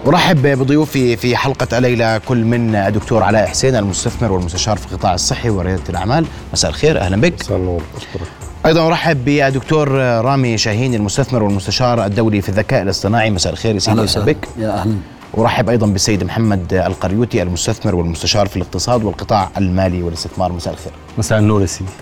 أرحب بضيوفي في حلقة الليلة كل من الدكتور علاء حسين المستثمر والمستشار في القطاع الصحي وريادة الأعمال. مساء الخير، أهلا بك. مساء النور، أشكرك. أيضا أرحب بالدكتور رامي شاهين المستثمر والمستشار الدولي في الذكاء الاصطناعي. مساء الخير يا سيدي، أهلا بك. يا أهلا. أرحب أيضا بالسيد محمد القريوتي المستثمر والمستشار في الاقتصاد والقطاع المالي والاستثمار. مساء الخير. مساء النور يا سيدي.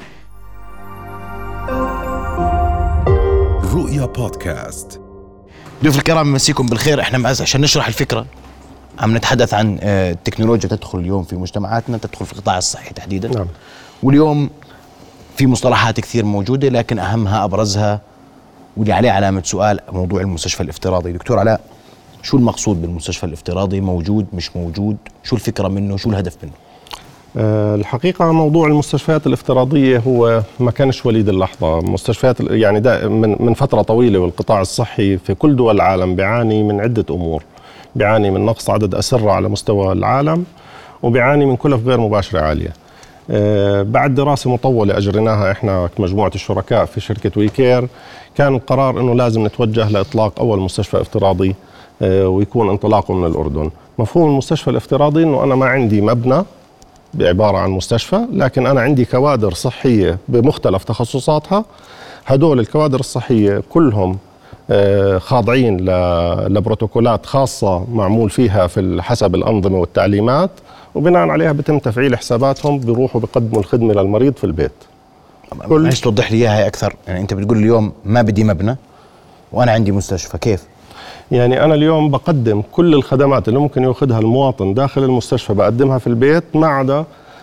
رؤيا بودكاست. ضيوف الكرام، مسيكم بالخير. احنا عشان نشرح الفكرة عم نتحدث عن التكنولوجيا تدخل اليوم في مجتمعاتنا، تدخل في القطاع الصحي تحديدا. نعم. واليوم في مصطلحات كثير موجودة، لكن أهمها أبرزها واللي عليه علامة سؤال موضوع المستشفى الافتراضي. دكتور علاء، شو المقصود بالمستشفى الافتراضي؟ موجود مش موجود؟ شو الفكرة منه؟ شو الهدف منه؟ الحقيقة موضوع المستشفيات الافتراضية هو ما كانش وليد اللحظة. مستشفيات يعني من فترة طويلة، والقطاع الصحي في كل دول العالم بيعاني من عدة أمور. بيعاني من نقص عدد أسرة على مستوى العالم، وبيعاني من كلف غير مباشرة عالية. بعد دراسة مطولة أجريناها إحنا كمجموعة الشركاء في شركة ويكير، كان القرار إنه لازم نتوجه لإطلاق أول مستشفى افتراضي، ويكون انطلاقه من الأردن. مفهوم المستشفى الافتراضي إنه أنا ما عندي مبنى بعبارة عن مستشفى، لكن أنا عندي كوادر صحية بمختلف تخصصاتها. هدول الكوادر الصحية كلهم خاضعين لبروتوكولات خاصة معمول فيها في حسب الأنظمة والتعليمات، وبناء عليها بتم تفعيل حساباتهم، بيروحوا بيقدموا الخدمة للمريض في البيت. معلش توضح لي إياها أكثر. يعني أنت بتقول اليوم ما بدي مبنى وأنا عندي مستشفى، كيف؟ يعني أنا اليوم بقدم كل الخدمات اللي ممكن يأخذها المواطن داخل المستشفى، بقدمها في البيت، ما عدا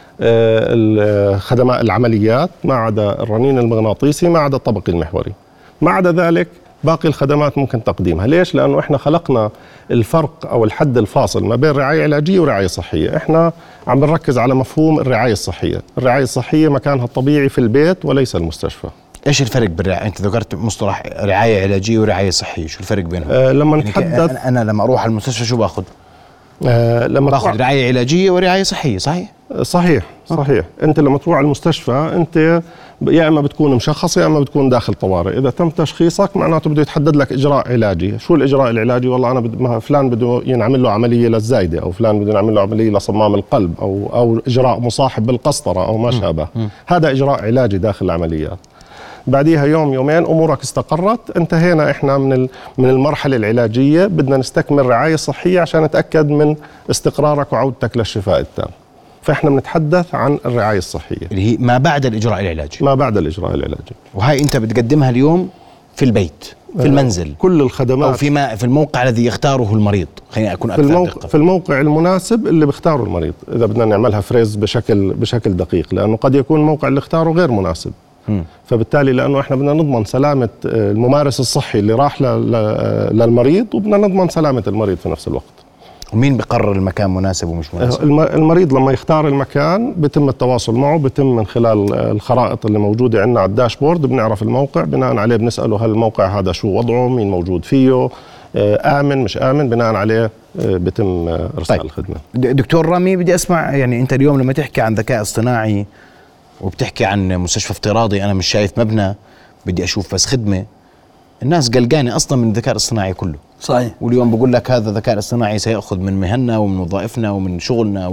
الخدمات العمليات، ما عدا الرنين المغناطيسي، ما عدا الطبق المحوري. ما عدا ذلك باقي الخدمات ممكن تقديمها. ليش؟ لأنه إحنا خلقنا الفرق أو الحد الفاصل ما بين رعاية علاجية ورعاية صحية. إحنا عم بنركز على مفهوم الرعاية الصحية. الرعاية الصحية مكانها الطبيعي في البيت وليس المستشفى. ايش الفرق بالرعاية؟ انت ذكرت مصطلح رعاية علاجية ورعاية صحية، شو الفرق بينهم؟ لما يعني نتحدث، انا لما اروح على المستشفى شو باخذ؟ لما باخذ رعاية علاجية ورعاية صحية، صحيح؟ صحيح. انت لما تروح على المستشفى انت يا اما بتكون مشخص يا اما بتكون داخل طوارئ. اذا تم تشخيصك معناته بده يتحدد لك اجراء علاجي. شو الاجراء العلاجي؟ والله انا فلان بده ينعمل له عمليه للزايده، او فلان بده ينعمل له عمليه لصمام القلب، او اجراء مصاحب بالقسطره او ما شابه. هذا اجراء علاجي داخل العمليات. بعديها يوم يومين امورك استقرت، انتهينا احنا من المرحله العلاجيه، بدنا نستكمل رعايه صحيه عشان نتاكد من استقرارك وعودتك للشفاء التام. فاحنا بنتحدث عن الرعاية الصحية اللي هي ما بعد الإجراء العلاجي. ما بعد الإجراء العلاجي. وهي أنت بتقدمها اليوم في البيت، في المنزل، كل الخدمات، أو في الموقع الذي يختاره المريض. خليني أكون أكثر دقة. في الموقع المناسب اللي بيختاره المريض، إذا بدنا نعملها فريز بشكل دقيق، لأنه قد يكون الموقع اللي اختاره غير مناسب. فبالتالي لأنه إحنا بدنا نضمن سلامة الممارس الصحي اللي راح للمريض، وبدنا نضمن سلامة المريض في نفس الوقت. ومين بقرر المكان مناسب ومش مناسب؟ المريض لما يختار المكان بيتم التواصل معه، بيتم من خلال الخرائط اللي موجودة عندنا على الداشبورد. بنعرف الموقع، بناء عليه بنسأله هل الموقع هذا شو وضعه، مين موجود فيه، آمن مش آمن، بناء عليه بيتم إرسال الخدمة. دكتور رامي، بدي أسمع، يعني أنت اليوم لما تحكي عن ذكاء اصطناعي وبتحكي عن مستشفى افتراضي، أنا مش شايف مبنى، بدي أشوف بس خدمة. الناس قلقانة أصلا من الذكاء الاصطناعي كله. صحيح. واليوم بقول لك هذا الذكاء الاصطناعي سيأخذ من مهننا ومن وظائفنا ومن شغلنا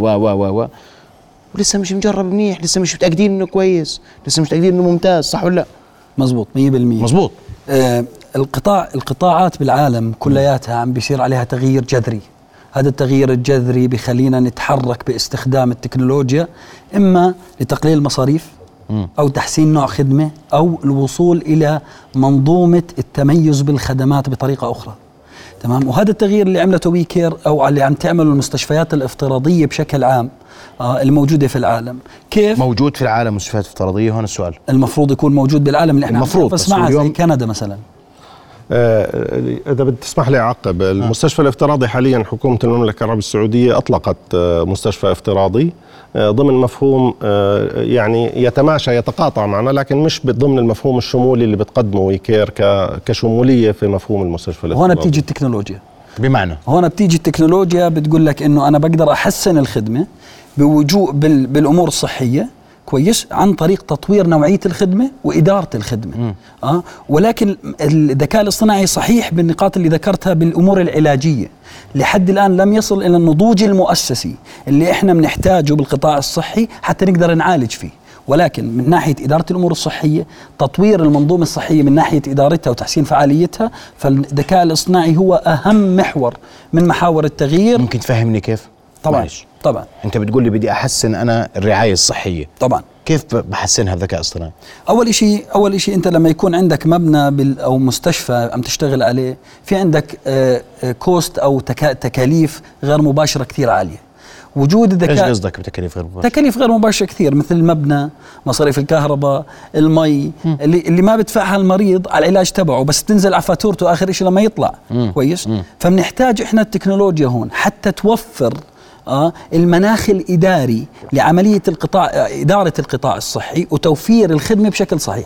ولسه مش مجرب منيح، لسه مش متأكدين إنه كويس، لسه مش متأكدين إنه ممتاز، صح ولا لا؟ مزبوط 100%. مزبوط. القطاعات بالعالم كلياتها عم بيصير عليها تغيير جذري. هذا التغيير الجذري بخلينا نتحرك باستخدام التكنولوجيا، إما لتقليل المصاريف أو تحسين نوع خدمة أو الوصول إلى منظومة التميز بالخدمات بطريقة أخرى. تمام. وهذا التغيير اللي عملته ويكير أو اللي عم تعمله المستشفيات الافتراضية بشكل عام الموجودة في العالم. كيف موجود في العالم مستشفيات افتراضية؟ هون السؤال. المفروض يكون موجود بالعالم اللي احنا المفروض، بس معها زي كندا مثلا. إذا بتسمح لي أعقب، المستشفى الافتراضي حاليا حكومة المملكة العربية السعودية أطلقت مستشفى افتراضي ضمن مفهوم يعني يتقاطع معنا، لكن مش ضمن المفهوم الشمولي اللي بتقدمه ويكير كشمولية في مفهوم المستشفى الافتراضي. هنا بتيجي التكنولوجيا. بمعنى هنا بتيجي التكنولوجيا بتقول لك إنه أنا بقدر أحسن الخدمة بالأمور الصحية، كويس عن طريق تطوير نوعية الخدمة وإدارة الخدمة. ولكن الذكاء الاصطناعي صحيح بالنقاط اللي ذكرتها بالأمور العلاجية لحد الآن لم يصل إلى النضوج المؤسسي اللي إحنا بنحتاجه بالقطاع الصحي حتى نقدر نعالج فيه. ولكن من ناحية إدارة الأمور الصحية، تطوير المنظومة الصحية من ناحية إدارتها وتحسين فعاليتها، فالذكاء الاصطناعي هو أهم محور من محاور التغيير. ممكن تفهمني كيف؟ طبعا معلش. طبعا أنت بتقول لي بدي أحسن أنا الرعاية الصحية، طبعا كيف بحسنها الذكاء الاصطناعي؟ أول شيء أنت لما يكون عندك مبنى أو مستشفى عم تشتغل عليه، في عندك كوست أو تكاليف غير مباشرة كثير عالية. وجود الذكاء، ايش قصدك بتكاليف غير مباشرة؟ تكاليف غير مباشرة كثير، مثل المبنى، مصاريف الكهرباء، المي، اللي ما بدفعها المريض على العلاج تبعه، بس تنزل على فاتورته آخر شيء لما يطلع. كويس. فبنحتاج إحنا التكنولوجيا هون حتى توفر المناخ الإداري لعملية إدارة القطاع الصحي وتوفير الخدمة بشكل صحيح.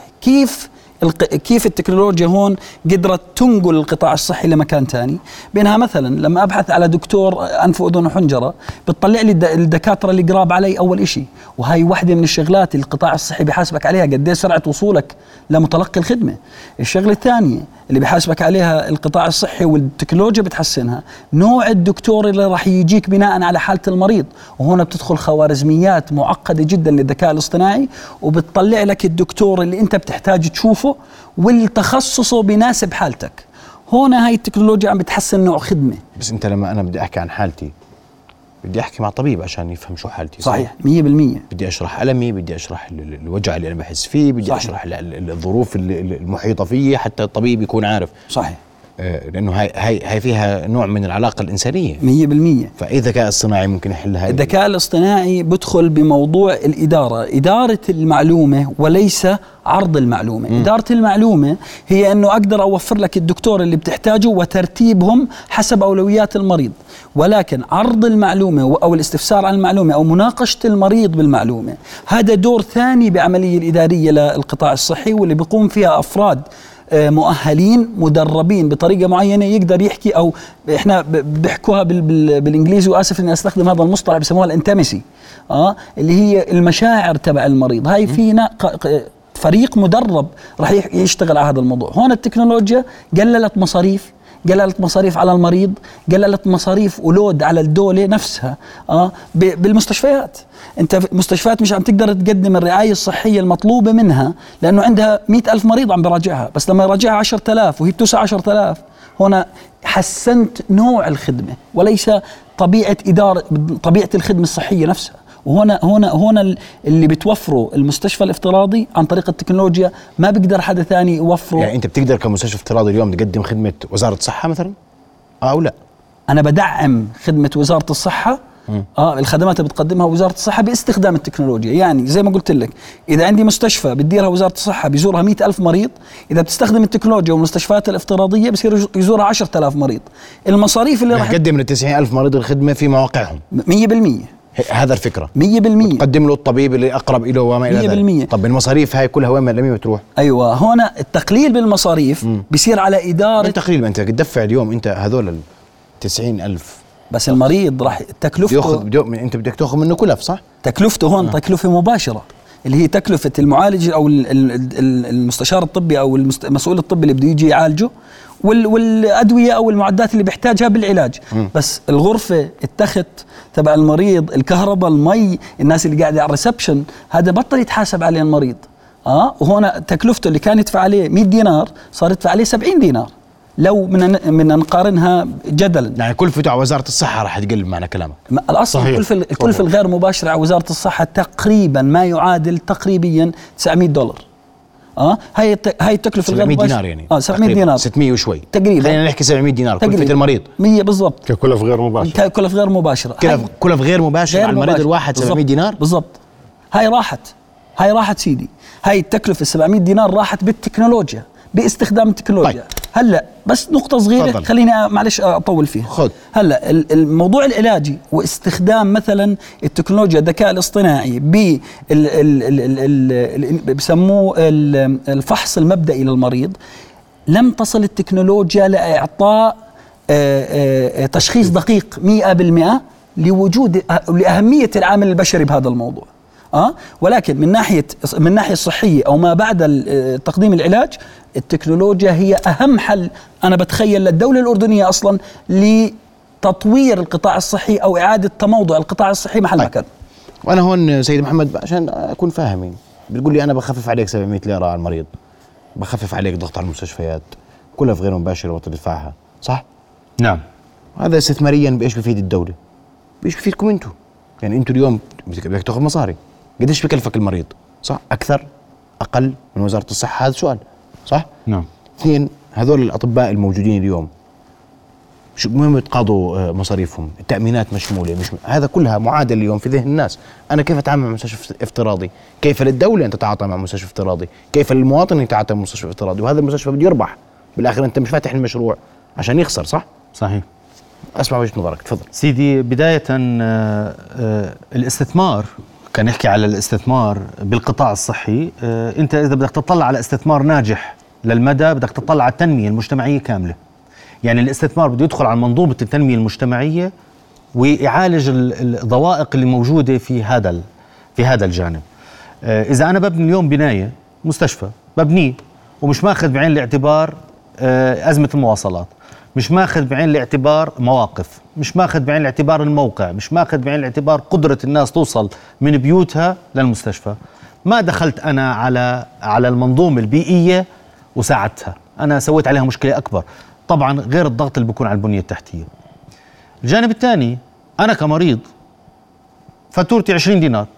كيف التكنولوجيا هون قدرت تنقل القطاع الصحي لمكان تاني؟ بينها مثلا لما أبحث على دكتور أنف وأذن وحنجرة بتطلع لي الدكاترة اللي قراب علي أول إشي، وهي واحدة من الشغلات اللي القطاع الصحي بيحاسبك عليها، قد ايه سرعة وصولك لمتلقي الخدمة. الشغلة الثانية اللي بيحاسبك عليها القطاع الصحي والتكنولوجيا بتحسنها، نوع الدكتور اللي راح يجيك بناء على حالة المريض. وهنا بتدخل خوارزميات معقدة جدا للذكاء الاصطناعي وبتطلع لك الدكتور اللي انت بتحتاج تشوفه والتخصصه بيناسب حالتك. هنا هاي التكنولوجيا عم بتحسن نوع خدمة. بس انت لما انا بدي احكي عن حالتي بدي احكي مع طبيب عشان يفهم شو حالتي. صحيح 100%. بدي اشرح ألمي، بدي اشرح الوجع اللي انا بحس فيه، بدي صحيح. اشرح الظروف المحيطة فيه حتى الطبيب يكون عارف. صحيح. لأنه هاي فيها نوع من العلاقة الإنسانية 100%. فإذا الذكاء الاصطناعي ممكن يحلها. الذكاء الاصطناعي بدخل بموضوع إدارة المعلومة وليس عرض المعلومة. إدارة المعلومة هي أنه أقدر أوفر لك الدكتور اللي بتحتاجه وترتيبهم حسب أولويات المريض، ولكن عرض المعلومة أو الاستفسار عن المعلومة أو مناقشة المريض بالمعلومة هذا دور ثاني بعملية الإدارية للقطاع الصحي، واللي بيقوم فيها أفراد مؤهلين مدربين بطريقة معينة يقدر يحكي، أو إحنا بحكوها بالإنجليزي، وآسف إني أستخدم هذا المصطلح، بسموها الانتمسي، اللي هي المشاعر تبع المريض. هاي فينا فريق مدرب راح يشتغل على هذا الموضوع. هون التكنولوجيا قللت مصاريف على المريض، قللت مصاريف ولود على الدولة نفسها. بالمستشفيات، انت مستشفيات مش عم تقدر تقدم الرعاية الصحية المطلوبة منها لأنه عندها 100,000 مريض عم براجعها، بس لما يراجعها 10,000 وهي بتوسع 10,000، هنا حسنت نوع الخدمة وليس طبيعة الخدمة الصحية نفسها. وهنا اللي بتوفره المستشفى الافتراضي عن طريق التكنولوجيا ما بيقدر حدا ثاني يوفره. يعني انت بتقدر كمستشفى افتراضي اليوم تقدم خدمة وزارة الصحة مثلا او لا؟ انا بدعم خدمة وزارة الصحة. الخدمات اللي بتقدمها وزارة الصحة باستخدام التكنولوجيا. يعني زي ما قلت لك، إذا عندي مستشفى بتديرها وزارة الصحة بيزورها 100,000 مريض، إذا بتستخدم التكنولوجيا والمستشفيات الافتراضية بصير يزورها 10,000 مريض. المصاريف اللي راح تقدم ل 90,000 مريض الخدمة في مواقعهم 100%. هذا الفكرة 100%. تقدم له الطبيب اللي أقرب إله وما إلى ذلك. 100%. طب المصاريف هاي كلها وين لمين بتروح؟ أيوة، هنا التقليل بالمصاريف بيصير على إدارة. التقليل، أنت تدفع اليوم أنت هذول 90,000 بس المريض راح تكلفته أنت بدك تأخذ منه كلف، صح؟ تكلفته هون تكلفة مباشرة اللي هي تكلفة المعالج أو المستشار الطبي أو المسؤول الطبي اللي بده يجي يعالجه، والأدوية أو المعدات اللي بيحتاجها بالعلاج. بس الغرفة، التخت تبع المريض، الكهرباء، المي، الناس اللي قاعدة على الريسبشن، هذا بطل يتحاسب عليه المريض. وهنا تكلفته اللي كان يدفع عليه 100 دينار صار يدفع عليه 70 دينار لو من نقارنها جدلا. يعني كلفته على وزارة الصحة راح تقل معنى كلامك. الأصل الكلفة الغير مباشرة على وزارة الصحة تقريبا ما يعادل تقريبا $900. هاي التكلفة الغير مباشرة 700 دينار يعني 700 دينار 600 وشوي تقريبا. خلينا نحكي 700 دينار كلفة المريض 100 بالضبط، ككلف غير مباشرة. كلف غير مباشرة، كلف غير مباشرة على المريض الواحد 700 دينار بالضبط. هاي راحت سيدي. هاي التكلفة 700 دينار راحت بالتكنولوجيا، باستخدام التكنولوجيا. طيب. هلا بس نقطة صغيرة فضل. خليني معلش أطول فيها. خد. هلا الموضوع العلاجي واستخدام مثلا التكنولوجيا الذكاء الاصطناعي بسموه الفحص المبدئي للمريض، لم تصل التكنولوجيا لإعطاء تشخيص دقيق 100% لأهمية العامل البشري بهذا الموضوع. ولكن من ناحية الصحية أو ما بعد تقديم العلاج، التكنولوجيا هي أهم حل أنا بتخيل للدولة الأردنية أصلا لتطوير القطاع الصحي أو إعادة تموضع القطاع الصحي محل مكان. وأنا هون سيد محمد عشان أكون فاهمين، بتقول لي أنا بخفف عليك 700 ليرة على المريض، بخفف عليك ضغط على المستشفيات كلها في غير مباشر وقت تدفعها، صح؟ نعم. هذا استثماريا بإيش بفيد الدولة؟ بإيش بفيدكم أنتم؟ يعني أنتم اليوم بدك تاخذ مصاري، قديش بكلفك المريض؟ صح؟ أكثر؟ أقل من وزارة الصحة؟ هذا سؤال، صح؟ نعم. 2، هذول الأطباء الموجودين اليوم شو مهم يتقاضوا مصاريفهم؟ التأمينات مشمولة هذا كلها معادلة اليوم في ذهن الناس. أنا كيف أتعامل مع مستشفى افتراضي؟ كيف للدولة أن تتعاطى مع مستشفى افتراضي؟ كيف للمواطن أن يتعاطى مع مستشفى افتراضي؟ وهذا المستشفى بده يربح بالآخر، أنت مش فاتح المشروع عشان يخسر، صح؟ صحيح. أسمع وجهة نظرك، تفضل سيدي. بداية الاستثمار، كان نحكي على الاستثمار بالقطاع الصحي. أنت إذا بدك تطلع على استثمار ناجح للمدى بدك تطلع على التنمية المجتمعية كاملة. يعني الاستثمار بده يدخل على منظومة التنمية المجتمعية ويعالج الضوائق اللي موجودة في هذا الجانب. إذا أنا ببني اليوم بناية مستشفى ببنيه ومش ماخذ بعين الاعتبار أزمة المواصلات، مش ماخذ بعين الاعتبار مواقف، مش ماخذ بعين الاعتبار الموقع، مش ماخذ بعين الاعتبار قدرة الناس توصل من بيوتها للمستشفى، ما دخلت أنا على المنظومة البيئية وساعدتها، أنا سويت عليها مشكلة أكبر. طبعا غير الضغط اللي بيكون على البنية التحتية. الجانب الثاني، أنا كمريض فاتورتي 20 دينار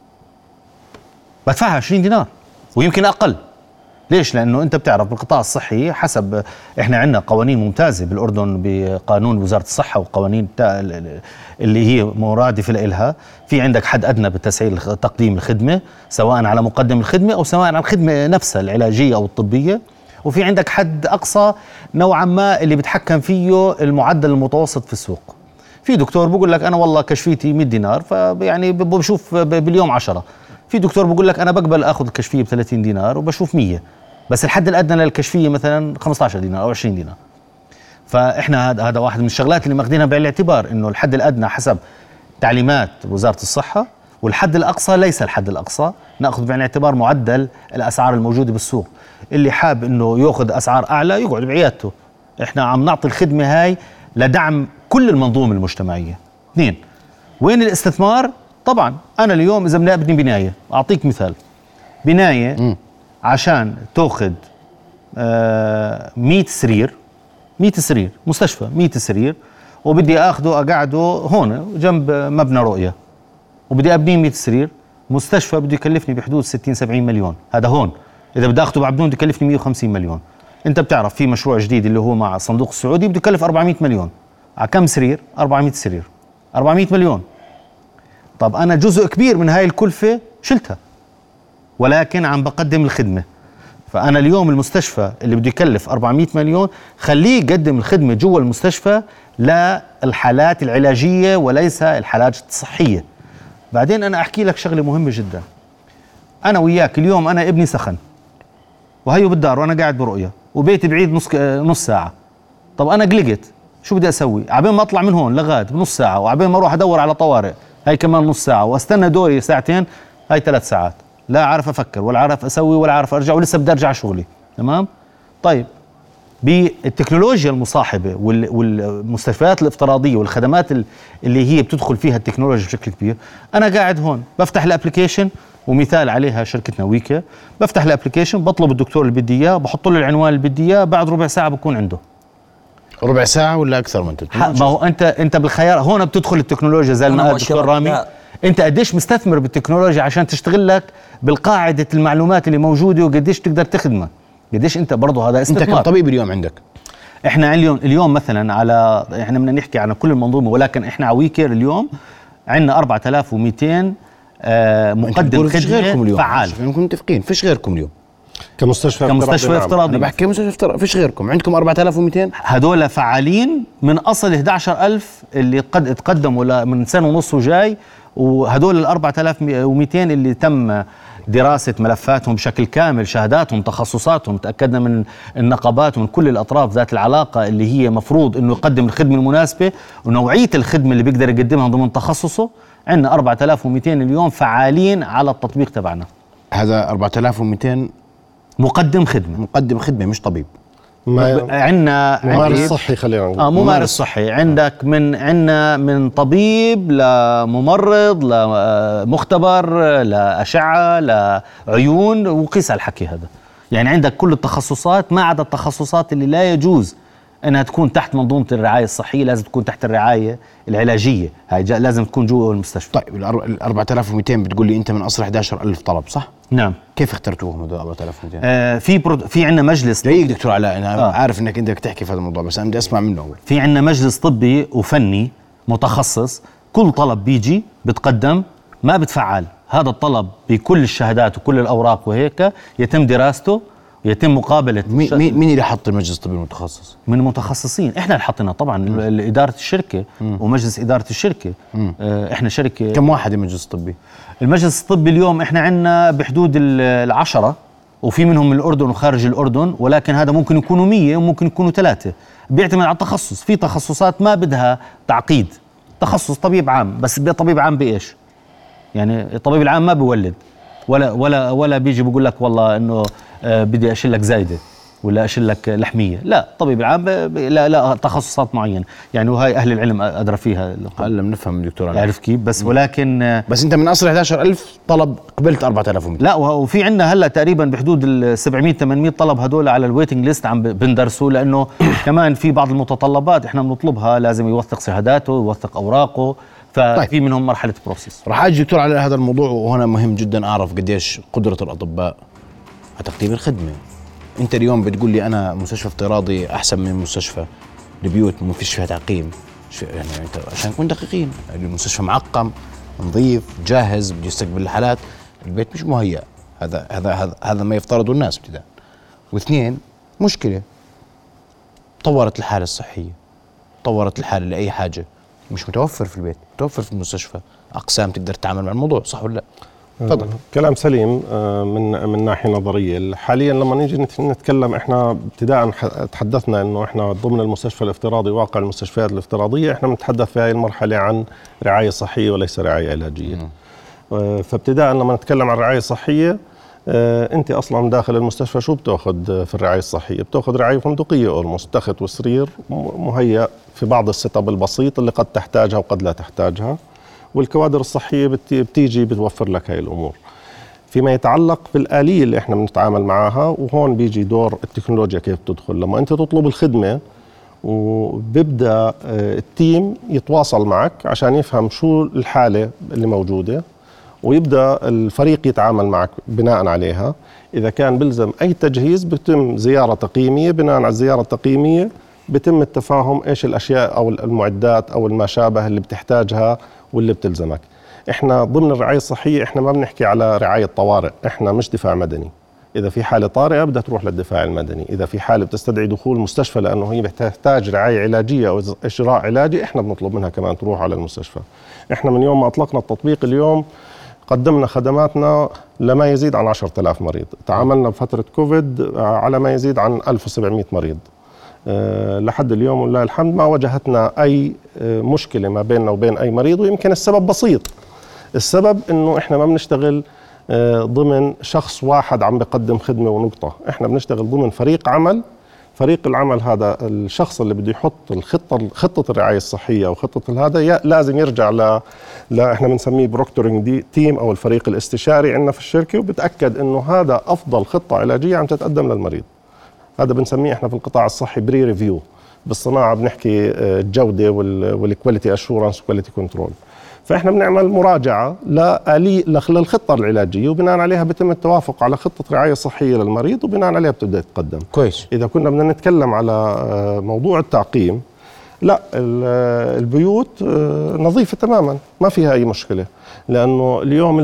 بدفعها 20 دينار ويمكن أقل. ليش؟ لأنه أنت بتعرف بالقطاع الصحي حسب إحنا عندنا قوانين ممتازة بالأردن بقانون وزارة الصحة وقوانين اللي هي مرادفة لإلها. في عندك حد أدنى بالتسعير تقديم الخدمة سواء على مقدم الخدمة أو سواء على الخدمة نفسها العلاجية أو الطبية، وفي عندك حد أقصى نوعا ما اللي بتحكم فيه المعدل المتوسط في السوق. في دكتور بقول لك أنا والله كشفيتي 100 دينار فيعني بشوف باليوم 10. في دكتور بقول لك أنا بقبل أخذ الكشفية ب30 دينار وبشوف 100، بس الحد الأدنى للكشفية مثلا 15 دينار أو 20 دينار. فإحنا هذا واحد من الشغلات اللي ماخذينها بعين الاعتبار، إنه الحد الأدنى حسب تعليمات وزارة الصحة والحد الأقصى ليس الحد الأقصى، نأخذ بعين الاعتبار معدل الأسعار الموجودة بالسوق. اللي حاب إنه يأخذ أسعار أعلى يقعد بعيادته. إحنا عم نعطي الخدمة هاي لدعم كل المنظومة المجتمعية. 2، وين الاستثمار؟ طبعا أنا اليوم إذا بدي أبني بناية، أعطيك مثال، بناية عشان تأخذ 100 سرير مستشفى 100 سرير وبدي أخذه أقعده هون جنب مبنى رؤية وبدي أبنيه 100 سرير، مستشفى بده يكلفني بحدود 60-70 مليون. هذا هون إذا بدي أخذه بعبدون بده يكلفني 150 مليون. أنت بتعرف في مشروع جديد اللي هو مع الصندوق السعودي بده يكلف 400 مليون. على كم سرير؟ 400 سرير، 400 مليون. طب أنا جزء كبير من هاي الكلفة شلتها ولكن عم بقدم الخدمة. فأنا اليوم المستشفى اللي بده يكلف 400 مليون خليه يقدم الخدمة جوا المستشفى للحالات العلاجية وليس الحالات الصحية. بعدين أنا أحكي لك شغلة مهمة جدا. أنا وياك اليوم أنا ابني سخن وهيو بالدار وأنا قاعد برؤية وبيتي بعيد نص ساعة. طب أنا قلقت، شو بدي أسوي؟ عبين ما أطلع من هون لغاد بنص ساعة، وعبين ما أروح أدور على طوارئ هاي كمان نص ساعة، واستنى دوري ساعتين هاي 3 ساعات. لا عارف أفكر ولا عارف أسوي ولا عارف أرجع ولسه بدي أرجع شغلي. تمام؟ طيب بالتكنولوجيا المصاحبة والمستشفيات الافتراضية والخدمات اللي هي بتدخل فيها التكنولوجيا بشكل كبير، أنا قاعد هون بفتح الابليكيشن، ومثال عليها شركتنا ويكا، بفتح الابليكيشن بطلب الدكتور اللي بدي إياه، بحط له العنوان اللي بدي إياه، بعد ربع ساعة بكون عنده. ربع ساعة ولا أكثر من تلك؟ ما هو أنت بالخيار هون بتدخل التكنولوجيا زي ما قال الدكتور رامي. أنت قديش مستثمر بالتكنولوجيا عشان تشتغل لك بالقاعدة المعلومات اللي موجودة وقديش تقدر تخدمها، قديش أنت برضه هذا استثمار. أنت كطبيب اليوم عندك، إحنا اليوم مثلا إحنا بدنا نحكي عن كل المنظومة، ولكن إحنا على ويكير اليوم عندنا 4200 مقدم خدمة فعال. نكون متفقين، فيش غيركم اليوم كمستشفى افتراضي. أنا بحكي مستشفى افتراضي، فيش غيركم، عندكم 4200 هدول فعالين من أصل 11000 اللي تقدموا من سنة ونص وجاي، وهدول 4200 اللي تم دراسة ملفاتهم بشكل كامل، شهاداتهم، تخصصاتهم، تأكدنا من النقابات ومن كل الأطراف ذات العلاقة اللي هي مفروض أنه يقدم الخدمة المناسبة ونوعية الخدمة اللي بيقدر يقدمها ضمن تخصصه. عندنا 4200 اليوم فعالين على التطبيق تبعنا. هذا 4200 مقدم خدمة مش طبيب. عندنا ممارس صحي، خلينا نقول ممارس صحي. عندك عندنا من طبيب لممرض لمختبر لأشعة لعيون، وقيس على الحكي هذا. يعني عندك كل التخصصات ما عدا التخصصات اللي لا يجوز انها تكون تحت منظومة الرعاية الصحية، لازم تكون تحت الرعاية العلاجية، هاي لازم تكون جوا المستشفى. طيب ال 4200 بتقول لي انت من اصل 11000 طلب صح؟ نعم. كيف اخترتوهم هذول 4200؟ في عندنا مجلس جيد دكتور علاء، انا عارف انك انت بدك تحكي في هذا الموضوع بس انا بدي اسمع منه اول. في عندنا مجلس طبي وفني متخصص، كل طلب بيجي بتقدم ما بتفعل، هذا الطلب بكل الشهادات وكل الاوراق وهيك يتم دراسته ويتم مقابله. مين اللي حط المجلس الطبي المتخصص؟ من متخصصين، احنا اللي حطينا طبعا اداره الشركه ومجلس اداره الشركه. احنا شركه. كم واحد المجلس الطبي؟ المجلس الطبي اليوم احنا عندنا بحدود 10، وفي منهم من الاردن وخارج الاردن، ولكن هذا ممكن يكونوا 100 وممكن يكونوا 3، بيعتمد على التخصص. في تخصصات ما بدها تعقيد، تخصص طبيب عام، بس طبيب عام بايش؟ يعني الطبيب العام ما بيولد ولا بيجي بيقول لك والله انه بدي اشيل لك زايده ولا اشيل لك لحميه، لا، الطبيب العام لا تخصصات معينه يعني، وهي اهل العلم ادرى فيها. هلا بنفهم دكتور علاء. عارف كيف؟ بس ولكن بس انت من اصل 11000 طلب قبلت 4200. لا، وفي عندنا هلا تقريبا بحدود ال 700 800 طلب هدول على الويتنج ليست عم بندرسوا، لانه كمان في بعض المتطلبات احنا بنطلبها، لازم يوثق شهاداته يوثق اوراقه، ففي منهم مرحله بروسيس. راح اجي دكتور على هذا الموضوع، وهنا مهم جدا اعرف قديش قدره الاطباء على تقديم الخدمه. انت اليوم بتقول لي انا مستشفى افتراضي احسن من مستشفى البيوت ما فيش فيها تعقيم، يعني انت عشان نكون دقيقين، المستشفى معقم نظيف جاهز بده يستقبل الحالات، البيت مش مهيأ. هذا ما يفترضه الناس ابتداء. واثنين، مشكله طورت الحاله الصحيه، طورت الحاله لاي حاجه، مش متوفر في البيت، متوفر في المستشفى، اقسام تقدر تتعامل مع الموضوع، صح ولا لا؟ تفضل. كلام سليم من ناحيه نظريه. حاليا لما نيجي نتكلم، احنا ابتداء تحدثنا انه احنا ضمن المستشفى الافتراضي، واقع المستشفيات الافتراضيه احنا بنتحدث في هذه المرحله عن رعايه صحيه وليس رعايه علاجيه. فابتداء لما نتكلم عن رعايه صحيه، انت اصلا داخل المستشفى شو بتاخذ في الرعايه الصحيه؟ بتاخذ رعايه فندقيه، اولموست تخت وسرير مهيأ في بعض السيت اب البسيط اللي قد تحتاجها وقد لا تحتاجها، والكوادر الصحيه بتيجي بتوفر لك هاي الامور. فيما يتعلق بالآلية اللي احنا بنتعامل معها، وهون بيجي دور التكنولوجيا كيف تدخل. لما انت تطلب الخدمه وبيبدا التيم يتواصل معك عشان يفهم شو الحاله اللي موجوده، ويبدا الفريق يتعامل معك بناء عليها. اذا كان بلزم اي تجهيز بتم زياره تقييميه، بناء على الزياره التقييميه بتم التفاهم ايش الاشياء او المعدات او ما شابه اللي بتحتاجها واللي بتلزمك. احنا ضمن الرعايه الصحيه احنا ما بنحكي على رعايه طوارئ، احنا مش دفاع مدني. اذا في حاله طارئه بدها تروح للدفاع المدني، اذا في حاله بتستدعي دخول المستشفى لانه هي بتحتاج رعايه علاجيه او اجراء علاجي، احنا بنطلب منها كمان تروح على المستشفى. احنا من يوم ما اطلقنا التطبيق اليوم قدمنا خدماتنا لما يزيد عن 10,000 مريض. تعاملنا بفتره كوفيد على ما يزيد عن 1700 مريض. لحد اليوم ولله الحمد ما واجهتنا أي مشكلة ما بيننا وبين أي مريض. ويمكن السبب بسيط، السبب إنه إحنا ما بنشتغل ضمن شخص واحد عم بقدم خدمة ونقطة، إحنا بنشتغل ضمن فريق عمل. فريق العمل هذا الشخص اللي بده يحط خطة الرعاية الصحية وخطة هذا لازم يرجع احنا بنسميه بروكتورينج تيم أو الفريق الاستشاري عندنا في الشركة، وبتأكد إنه هذا أفضل خطة علاجية عم تتقدم للمريض. هذا بنسميه احنا في القطاع الصحي بري ريفيو، بالصناعه بنحكي الجوده والكواليتي اشورنس وكواليتي كنترول. فاحنا بنعمل مراجعه للخطه العلاجيه، وبناء عليها بيتم التوافق على خطه رعايه صحيه للمريض، وبناء عليها بتبدا تتقدم. كويس. اذا كنا بدنا نتكلم على موضوع التعقيم، لا، البيوت نظيفه تماما ما فيها اي مشكله، لانه اليوم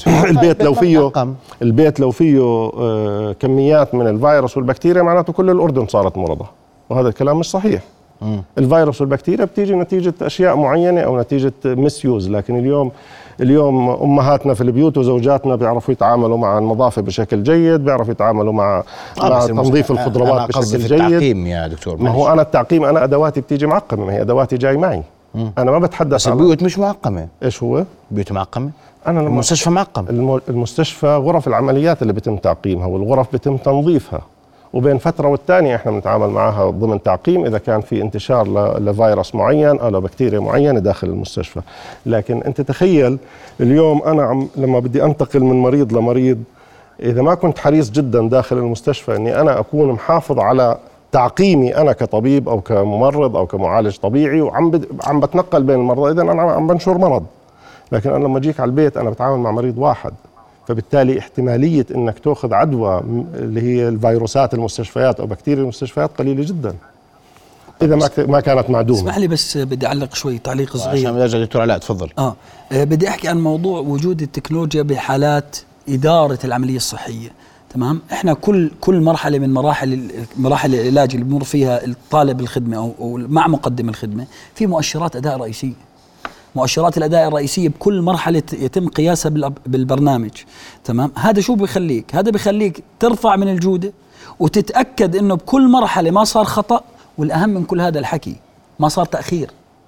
البيت لو فيه كميات من الفيروس والبكتيريا معناته كل الاردن صارت مرضى، وهذا الكلام مش صحيح. الفيروس والبكتيريا بتيجي نتيجه اشياء معينه او نتيجه مسيوز، لكن اليوم امهاتنا في البيوت وزوجاتنا بيعرفوا يتعاملوا مع النظافه بشكل جيد، بيعرفوا يتعاملوا مع تنظيف الخضروات بشكل جيد. التعقيم يا دكتور، ما هو انا التعقيم انا ادواتي بتيجي معقمه، ما هي ادواتي جاي معي. انا ما بتحدث بس البيوت مش معقمه. ايش هو؟ بيوت معقمه. انا لما المستشفى معقم. المستشفى غرف العمليات اللي بيتم تعقيمها والغرف بيتم تنظيفها، وبين فتره والثانيه احنا بنتعامل معها ضمن تعقيم اذا كان في انتشار لفيروس معين او لبكتيريا معينه داخل المستشفى. لكن انت تخيل اليوم انا لما بدي انتقل من مريض لمريض، اذا ما كنت حريص جدا داخل المستشفى اني انا اكون محافظ على تعقيمي انا كطبيب او كممرض او كمعالج طبيعي وعم بتنقل بين المرضى، اذا انا عم بنشر مرض. لكن انا لما اجيك على البيت انا بتعامل مع مريض واحد، فبالتالي احتماليه انك تاخذ عدوى اللي هي الفيروسات المستشفيات او بكتيريا المستشفيات قليله جدا اذا ما كانت معدومه. اسمح لي بس بدي اعلق شوي تعليق صغير عشان بدي دكتور علاء تفضل. بدي احكي عن موضوع وجود التكنولوجيا بحالات اداره العمليه الصحيه. تمام. احنا كل مرحله من مراحل العلاج اللي بمر فيها الطالب الخدمه او مع مقدم الخدمه في مؤشرات اداء رئيسيه. مؤشرات الاداء الرئيسيه بكل مرحله يتم قياسها بالبرنامج. تمام. هذا شو بيخليك؟ هذا بيخليك ترفع من الجوده وتتاكد انه بكل مرحله ما صار خطا، والاهم من كل هذا الحكي ما صار تاخير.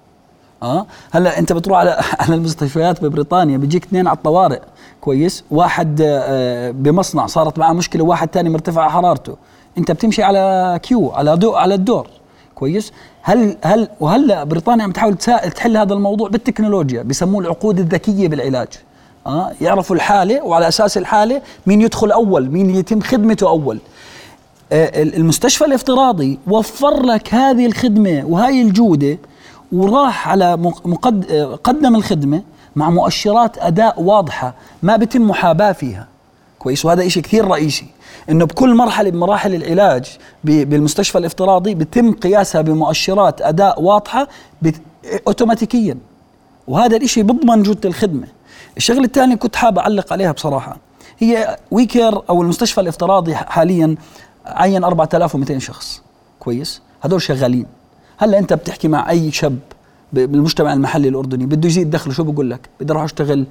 هلا انت بتروح على المستشفيات ببريطانيا بيجيك 2 على الطوارئ، كويس، واحد بمصنع صارت معه مشكله وواحد ثاني مرتفع حرارته، انت بتمشي على كيو على الدور، كويس. وهلا بريطانيا عم تحاول تحل هذا الموضوع بالتكنولوجيا، بسموه العقود الذكيه بالعلاج. يعرفوا الحاله وعلى اساس الحاله مين يدخل اول، مين يتم خدمته اول. المستشفى الافتراضي وفر لك هذه الخدمه وهي الجوده، وراح على قدم الخدمة مع مؤشرات أداء واضحة ما بيتم محاباة فيها، كويس. وهذا إشي كثير رئيسي، إنه بكل مرحلة بمراحل العلاج بالمستشفى الافتراضي بيتم قياسها بمؤشرات أداء واضحة أوتوماتيكيا، وهذا الإشي بضمن جودة الخدمة. الشغلة الثانية كنت حابة أعلق عليها بصراحة، هي ويكير أو المستشفى الافتراضي حاليا عين 4200 شخص، كويس. هذول شغالين. هلا انت بتحكي مع اي شاب بالمجتمع المحلي الاردني بده يزيد دخله، شو بقول لك؟ بدي اروح اشتغل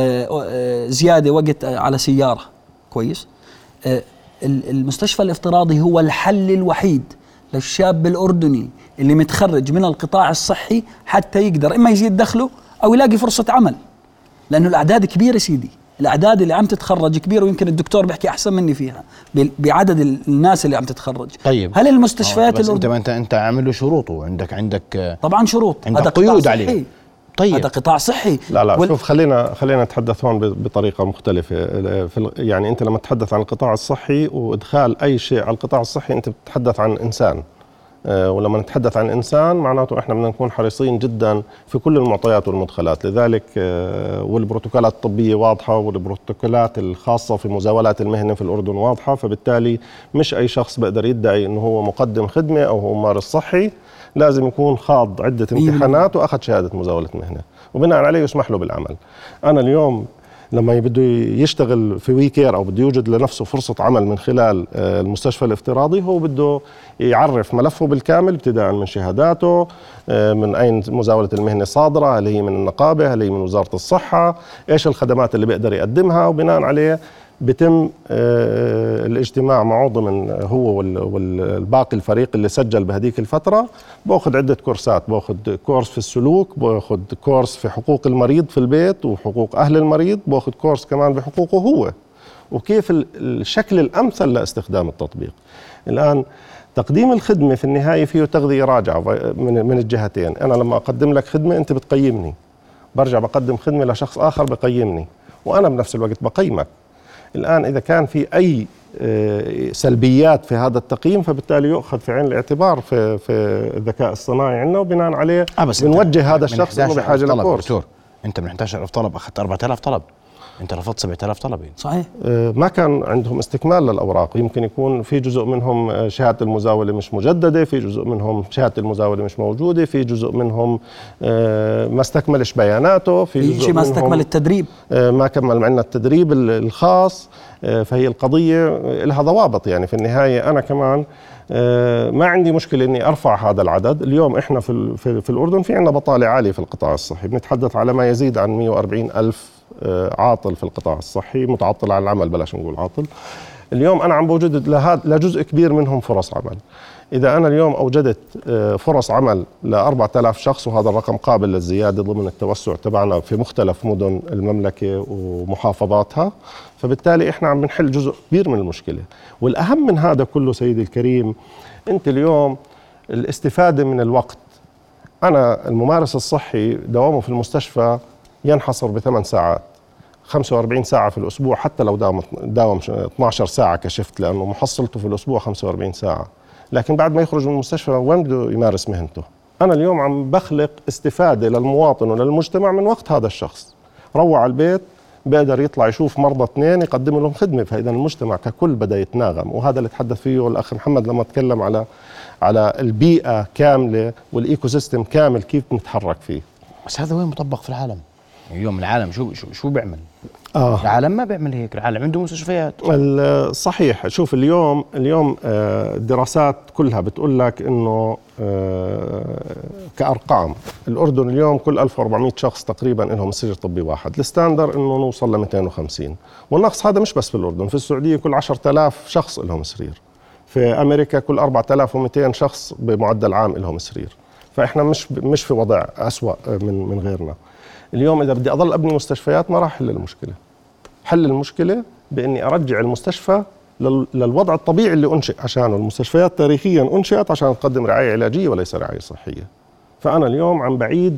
زياده وقت على سياره، كويس. المستشفى الافتراضي هو الحل الوحيد للشاب الاردني اللي متخرج من القطاع الصحي حتى يقدر اما يزيد دخله او يلاقي فرصه عمل، لانه الاعداد كبيره سيدي، الاعداد اللي عم تتخرج كبيره، ويمكن الدكتور بيحكي احسن مني فيها بعدد الناس اللي عم تتخرج. طيب هل المستشفيات بس انت عامل له شروط، وعندك طبعا شروط، عندك قيود عليه. طيب هذا قطاع صحي. لا شوف، خلينا نتحدث هون بطريقه مختلفه. يعني انت لما تتحدث عن القطاع الصحي وادخال اي شيء على القطاع الصحي انت بتتحدث عن انسان، ولما نتحدث عن إنسان معناته إحنا بدنا نكون حريصين جدا في كل المعطيات والمدخلات. لذلك والبروتوكولات الطبية واضحة، والبروتوكولات الخاصة في مزاولات المهنة في الأردن واضحة، فبالتالي مش أي شخص بقدر يدعي إنه هو مقدم خدمة أو هو ممارس صحي، لازم يكون خاض عدة امتحانات وأخذ شهادة مزاولة مهنة وبناء عليه يسمح له بالعمل. أنا اليوم لما بده يشتغل في ويكير أو بده يوجد لنفسه فرصة عمل من خلال المستشفى الافتراضي، هو بده يعرف ملفه بالكامل ابتداء من شهاداته، من أين مزاولة المهنة صادرة، هل هي من النقابة، هل هي من وزارة الصحة، إيش الخدمات اللي بيقدر يقدمها، وبناء عليه بيتم الاجتماع معه ضمن هو والباقي الفريق اللي سجل بهديك الفترة. باخذ عدة كورسات، باخذ كورس في السلوك، باخذ كورس في حقوق المريض في البيت وحقوق أهل المريض، باخذ كورس كمان بحقوقه هو وكيف الشكل الأمثل لاستخدام التطبيق. الآن تقديم الخدمة في النهاية فيه تغذية راجعة من الجهتين. أنا لما أقدم لك خدمة أنت بتقيمني، برجع بقدم خدمة لشخص آخر بقيمني، وأنا بنفس الوقت بقيمك. الآن إذا كان في أي سلبيات في هذا التقييم فبالتالي يؤخذ في عين الاعتبار في الذكاء الصناعي عندنا، وبناء عليه بنوجه هذا الشخص إنه بحاجة لكورس. دكتور أنت من 11,000 طلب أخذت 4,000 طلب، أنت رفضت 7,000 طلب. صحيح. ما كان عندهم استكمال للأوراق، يمكن يكون في جزء منهم شهادة المزاولة مش مجددة، في جزء منهم شهادة المزاولة مش موجودة، في جزء منهم ما استكملش بياناته، في جزء ما استكمل التدريب، ما كمل معنا التدريب الخاص. فهي القضية لها ضوابط. يعني في النهاية أنا كمان ما عندي مشكلة إني أرفع هذا العدد. اليوم إحنا في الأردن في عندنا بطالة عالية في القطاع الصحي، بنتحدث على ما يزيد عن 140 ألف عاطل في القطاع الصحي، متعطل على العمل، بلاش نقول عاطل. اليوم أنا عم بوجد لجزء كبير منهم فرص عمل. إذا أنا اليوم أوجدت فرص عمل ل4000 شخص، وهذا الرقم قابل للزيادة ضمن التوسع تبعنا في مختلف مدن المملكة ومحافظاتها، فبالتالي إحنا عم بنحل جزء كبير من المشكلة. والأهم من هذا كله سيدي الكريم، أنت اليوم الاستفادة من الوقت. أنا الممارس الصحي دوامه في المستشفى ينحصر ب8 ساعات، 45 ساعة في الأسبوع، حتى لو داوم 12 ساعة كشفت، لأنه محصلته في الأسبوع 45 ساعة. لكن بعد ما يخرج من المستشفى وين بده يمارس مهنته؟ أنا اليوم عم بخلق استفادة للمواطن وللمجتمع من وقت هذا الشخص. روح على البيت بقدر يطلع يشوف مرضى 2 يقدم لهم خدمة، فإذا المجتمع ككل بدأ يتناغم. وهذا اللي تحدث فيه الأخ محمد لما تكلم على البيئة كاملة والإيكو سيستم كامل كيف نتحرك فيه. بس هذا وين مطبق في العالم؟ اليوم العالم شو بيعمل؟ العالم ما بيعمل هيك، العالم عنده مستشفيات. صحيح. شوف اليوم الدراسات كلها بتقول لك انه كأرقام الأردن اليوم كل 1400 شخص تقريبا لهم سرير طبي واحد، الستاندر انه نوصل ل 250. والنقص هذا مش بس في الأردن، في السعودية كل 10,000 شخص لهم سرير، في أمريكا كل 4200 شخص بمعدل عام لهم سرير. فإحنا مش في وضع أسوأ من غيرنا. اليوم إذا بدي أضل أبني مستشفيات ما راح أحل المشكلة. حل المشكلة بإني أرجع المستشفى للوضع الطبيعي اللي أنشئ عشانه. المستشفيات تاريخيا أنشئت عشان تقدم رعاية علاجية وليس رعاية صحية. فأنا اليوم عم بعيد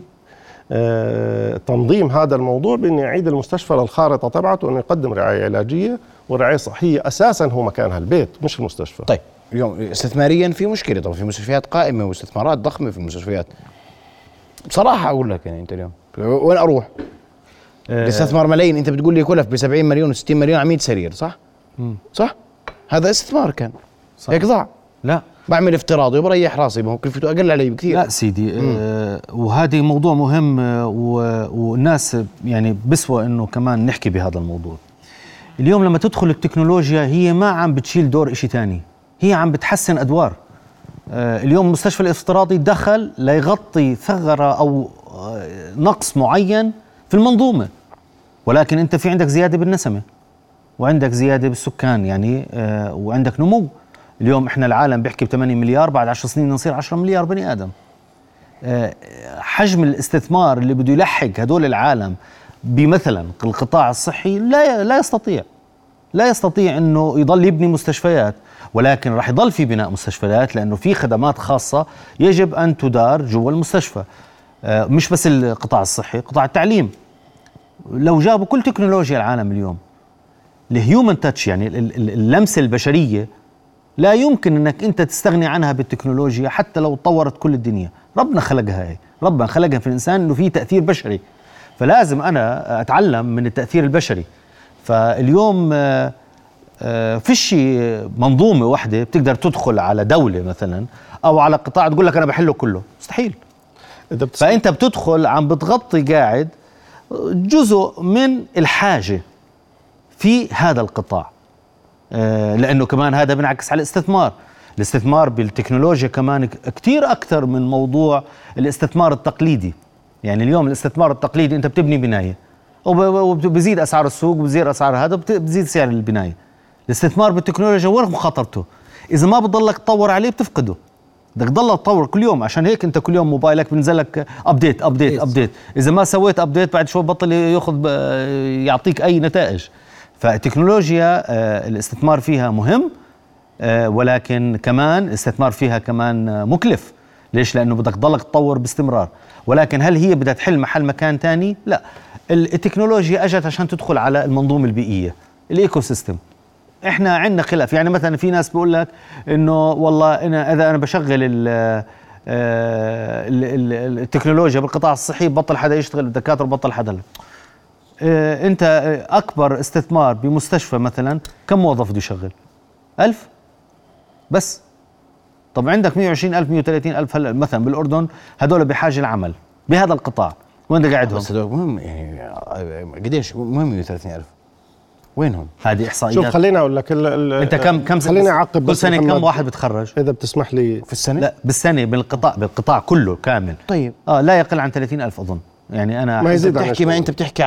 تنظيم هذا الموضوع بإني أعيد المستشفى للخارطة تبعته أنه يقدم رعاية علاجية، والرعاية الصحية أساسا هو مكانها البيت مش المستشفى. طيب اليوم استثماريا في مشكلة، طبعا في مستشفيات قائمة واستثمارات ضخمة في المستشفيات. بصراحة أقول لك يعني أنت اليوم وين أروح؟ الاستثمار ملايين، أنت بتقول لي كلف ب70 مليون و60 مليون على 100 سرير، صح؟ صح؟ هذا استثمار كان صح. هيك ضاع. لا بعمل افتراضي وبريح راسي، ما هو كلفته أقل علي بكثير. لا سيدي، وهذا موضوع مهم، والناس يعني بسوى إنه كمان نحكي بهذا الموضوع. اليوم لما تدخل التكنولوجيا هي ما عم بتشيل دور إشي تاني، هي عم بتحسن أدوار. اليوم المستشفى الافتراضي دخل ليغطي ثغرة أو نقص معين في المنظومة، ولكن أنت في عندك زيادة بالنسمة وعندك زيادة بالسكان يعني، وعندك نمو. اليوم إحنا العالم بيحكي ب8 مليار، بعد 10 سنين نصير 10 مليار بني آدم. حجم الاستثمار اللي بده يلحق هدول العالم بمثلا القطاع الصحي لا يستطيع أنه يضل يبني مستشفيات، ولكن راح يضل في بناء مستشفيات لأنه في خدمات خاصة يجب أن تدار جوا المستشفى. مش بس القطاع الصحي، قطاع التعليم لو جابوا كل تكنولوجيا العالم اليوم، الهيومن تاتش يعني اللمسة البشرية، لا يمكن أنك أنت تستغني عنها بالتكنولوجيا حتى لو تطورت كل الدنيا. ربنا خلقها هي، ربنا خلقها في الإنسان أنه في تأثير بشري، فلازم أنا أتعلم من التأثير البشري. فاليوم فيش منظومة واحدة بتقدر تدخل على دولة مثلا أو على قطاع تقول لك أنا بحله كله، مستحيل. فأنت بتدخل عم بتغطي قاعد جزء من الحاجة في هذا القطاع، لأنه كمان هذا بنعكس على الاستثمار بالتكنولوجيا كمان كتير أكثر من موضوع الاستثمار التقليدي. يعني اليوم الاستثمار التقليدي أنت بتبني بناية وبزيد أسعار السوق وبزيد أسعار هذا بزيد سعر البناية. الاستثمار بالتكنولوجيا وين مخاطرته؟ إذا ما بتضلك تطور عليه بتفقده، بدك تضل تطور كل يوم. عشان هيك أنت كل يوم موبايلك بنزل لك أبديت. إذا ما سويت أبديت بعد شوي بطل يعطيك أي نتائج. فالتكنولوجيا الاستثمار فيها مهم، ولكن كمان الاستثمار فيها كمان مكلف. ليش؟ لأنه بدك تضلك تطور باستمرار. ولكن هل هي بدها تحل محل مكان تاني؟ لا، التكنولوجيا أجت عشان تدخل على المنظومة البيئية، الإيكو سيستم. إحنا عندنا خلاف. يعني مثلا في ناس بيقول لك إنه والله إذا أنا بشغل التكنولوجيا بالقطاع الصحي بطل حدا يشتغل، الدكاترة بطل حدا. أنت أكبر استثمار بمستشفى مثلا كم موظف بده يشغل؟ 1000 بس. طب عندك 120,000 130,000 هلا مثلا بالأردن، هدول بحاجة العمل بهذا القطاع، وين ده قاعدهم؟ بس هدول مهم يعني قديش مهم 130,000 وينهم؟ هذه إحصائيات. شوف خليني أقول لك أنت كم خليني أعقب كل سنة كم واحد بتخرج؟ إذا بتسمح لي في السنة؟ لا بالسنة بالقطاع كله كامل. طيب لا يقل عن 30,000 أظن يعني انا ما يزيد انت بتحكي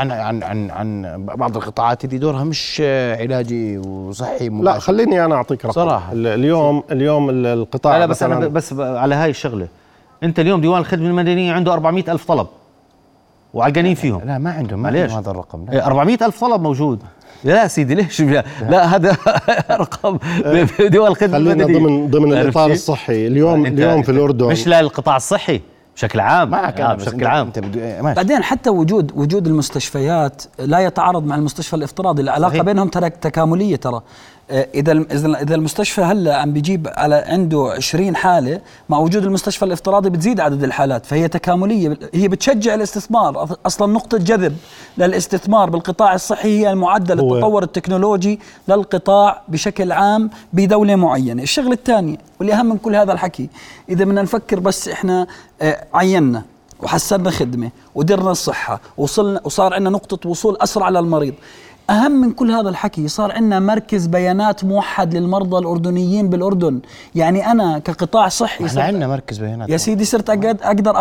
عن بعض القطاعات اللي دورها مش علاجي وصحي مباشر. لا خليني انا اعطيك رقم صراحة. اليوم القطاع لا بس انا بس على هاي الشغله، انت اليوم ديوان الخدمه المدنيه عنده 400,000 طلب وعلقانين فيهم. لا ما عندهم هذا الرقم. 400,000 طلب موجود. لا سيدي ليش لا هذا رقم ديوان الخدمه المدنيه. خلينا ضمن الاطار الصحي. اليوم في الاردن مش للقطاع الصحي بشكل عام، بشكل عام. بعدين حتى وجود المستشفيات لا يتعارض مع المستشفى الافتراضي، العلاقه صحيح. بينهم ترى تكامليه. ترى اذا المستشفى هلا عم بيجيب عنده 20 حاله، مع وجود المستشفى الافتراضي بتزيد عدد الحالات، فهي تكامليه، هي بتشجع الاستثمار. اصلا نقطه جذب للاستثمار بالقطاع الصحي هي المعدل التطور التكنولوجي للقطاع بشكل عام بدوله معينه. الشغله الثانيه واللي اهم من كل هذا الحكي، اذا بدنا نفكر بس احنا عينا وحسنا خدمه ودرنا الصحه وصلنا وصار عندنا نقطه وصول اسرع للمريض، أهم من كل هذا الحكي صار عندنا مركز بيانات موحد للمرضى الأردنيين بالأردن. يعني أنا كقطاع صحي احنا عندنا مركز بيانات يا سيدي، صرت أقدر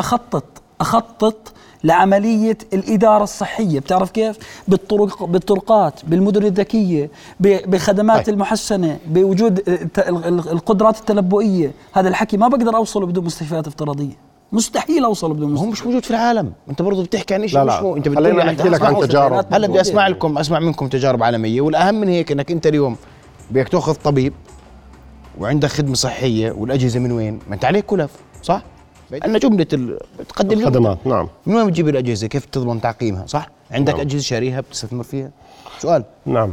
أخطط لعملية الإدارة الصحية. بتعرف كيف؟ بالطرقات، بالمدن الذكية، بخدمات المحسنة، بوجود القدرات التنبؤية. هذا الحكي ما بقدر أوصله بدون مستشفيات افتراضية، مستحيل اوصل بدون هو مش موجود في العالم. انت برضه بتحكي عن شيء مش لا. انت خلينا نحكي لك عن تجارب. هلا بدي اسمع منكم تجارب عالميه، والاهم من هيك انك انت اليوم بدك تاخذ طبيب وعندك خدمه صحيه، والاجهزه من وين؟ ما انت عليك كلف، صح؟ عندنا جمله بتقدم الخدمات. نعم. من وين بتجيب الاجهزه؟ كيف تضمن تعقيمها؟ صح؟ عندك اجهزه شاريها بتستثمر فيها؟ سؤال. نعم.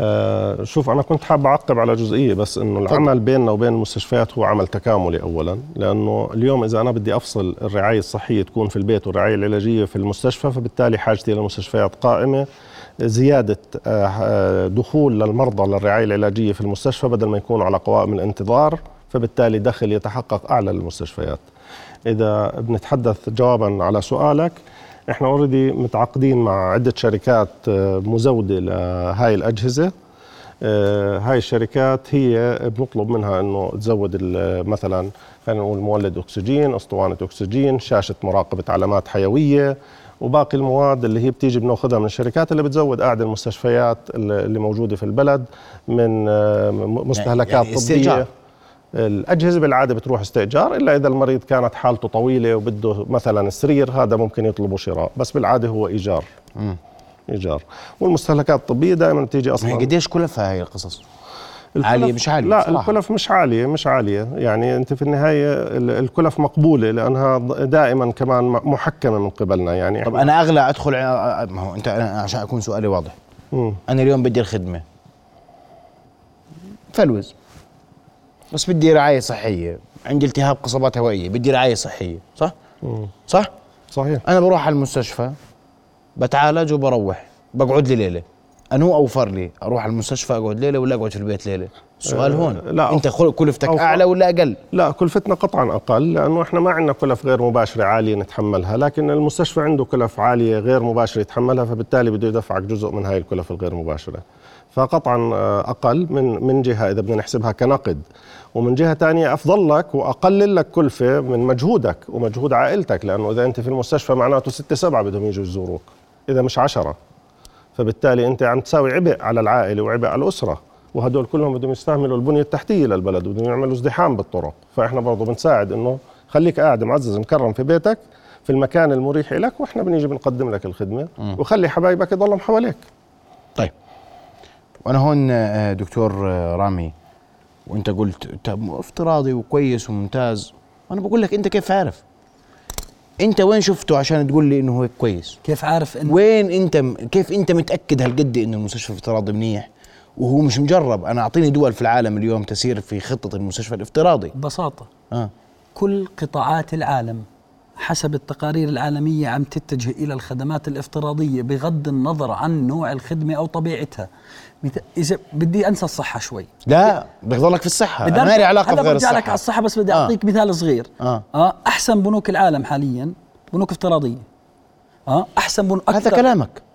شوف أنا كنت حاب أعقب على جزئية، بس إنه العمل بيننا وبين المستشفيات هو عمل تكاملي أولا، لأنه اليوم إذا أنا بدي أفصل الرعاية الصحية تكون في البيت والرعاية العلاجية في المستشفى، فبالتالي حاجتي إلى مستشفيات قائمة، زيادة دخول للمرضى للرعاية العلاجية في المستشفى بدل ما يكونوا على قوائم الانتظار، فبالتالي دخل يتحقق أعلى للمستشفيات. إذا بنتحدث جوابا على سؤالك، احنا اوريدي متعاقدين مع عدة شركات مزودة لهاي الأجهزة. هاي الشركات هي بنطلب منها انه تزود مثلا خلينا نقول مولد اكسجين، اسطوانة اكسجين، شاشة مراقبة علامات حيوية، وباقي المواد اللي هي بتيجي بناخذها من الشركات اللي بتزود قاعدة المستشفيات اللي موجودة في البلد من مستهلكات يعني طبية. الأجهزة بالعادة بتروح استئجار، إلا إذا المريض كانت حالته طويلة وبده مثلا السرير، هذا ممكن يطلبوا شراء، بس بالعادة هو إيجار. والمستهلكات الطبية دائما بتيجي أصلا. قديش كلفها هاي القصص؟ عالية مش عالية؟ لا صراحة. الكلف مش عالية يعني أنت في النهاية الكلف مقبولة، لأنها دائما كمان محكمة من قبلنا. يعني طب أنا أغلى أدخل، ما هو أنت عشان أكون سؤالي واضح. أنا اليوم بدي الخدمة فلوس، بس بدي رعاية صحية، عندي التهاب قصبات هوائية، بدي رعاية صحية، صح؟ صح؟ صحيح. أنا بروح على المستشفى بتعالج وبروح، بقعد لي ليلة. أنو أوفر لي أروح على المستشفى أقعد ليلة ولا أقعد في البيت ليلة؟ السؤال هون لا أنت كلفتك أعلى ولا أقل؟ لا كلفتنا قطعا أقل، لأنه إحنا ما عندنا كلف غير مباشرة عالية نتحملها، لكن المستشفى عنده كلف عالية غير مباشرة يتحملها، فبالتالي بده يدفعك جزء من هاي الكلف الغير مباشرة. فقطعا أقل من جهة إذا بدنا نحسبها كنقد، ومن جهة تانية أفضل لك وأقلل لك كلفة من مجهودك ومجهود عائلتك، لأنه إذا أنت في المستشفى معناته 6-7 بدهم يجوا يزوروك إذا مش 10، فبالتالي أنت عم تساوي عبء على العائلة وعبء على الأسرة، وهدول كلهم بدهم يستعملوا البنية التحتية للبلد وبدهم يعملوا ازدحام بالطرق. فإحنا برضو بنساعد إنه خليك قاعد معزز مكرم في بيتك في المكان المريح لك، وإحنا بنيجي بنقدم لك الخدمة وخلي حبايبك يضلهم حواليك. طيب وأنا هون دكتور رامي، وأنت قلت افتراضي وكويس وممتاز، وأنا بقول لك أنت كيف عارف؟ أنت وين شفته عشان تقول لي إنه هو كويس؟ كيف عارف إنه وين أنت كيف أنت متأكد هالقد إنه المستشفى الافتراضي منيح وهو مش مجرب؟ أنا أعطيني دول في العالم اليوم تسير في خطة المستشفى الافتراضي. ببساطة كل قطاعات العالم حسب التقارير العالمية عم تتجه إلى الخدمات الافتراضية بغض النظر عن نوع الخدمة أو طبيعتها. إذا بدي أنسى الصحة شوي، لا بدك تضلك في الصحة، ما لي علاقة بغير الصحة. برجع لك على الصحة، بس بدي أعطيك مثال صغير. أحسن بنوك العالم حاليا بنوك افتراضية. أحسن بنوك هذا كلامك.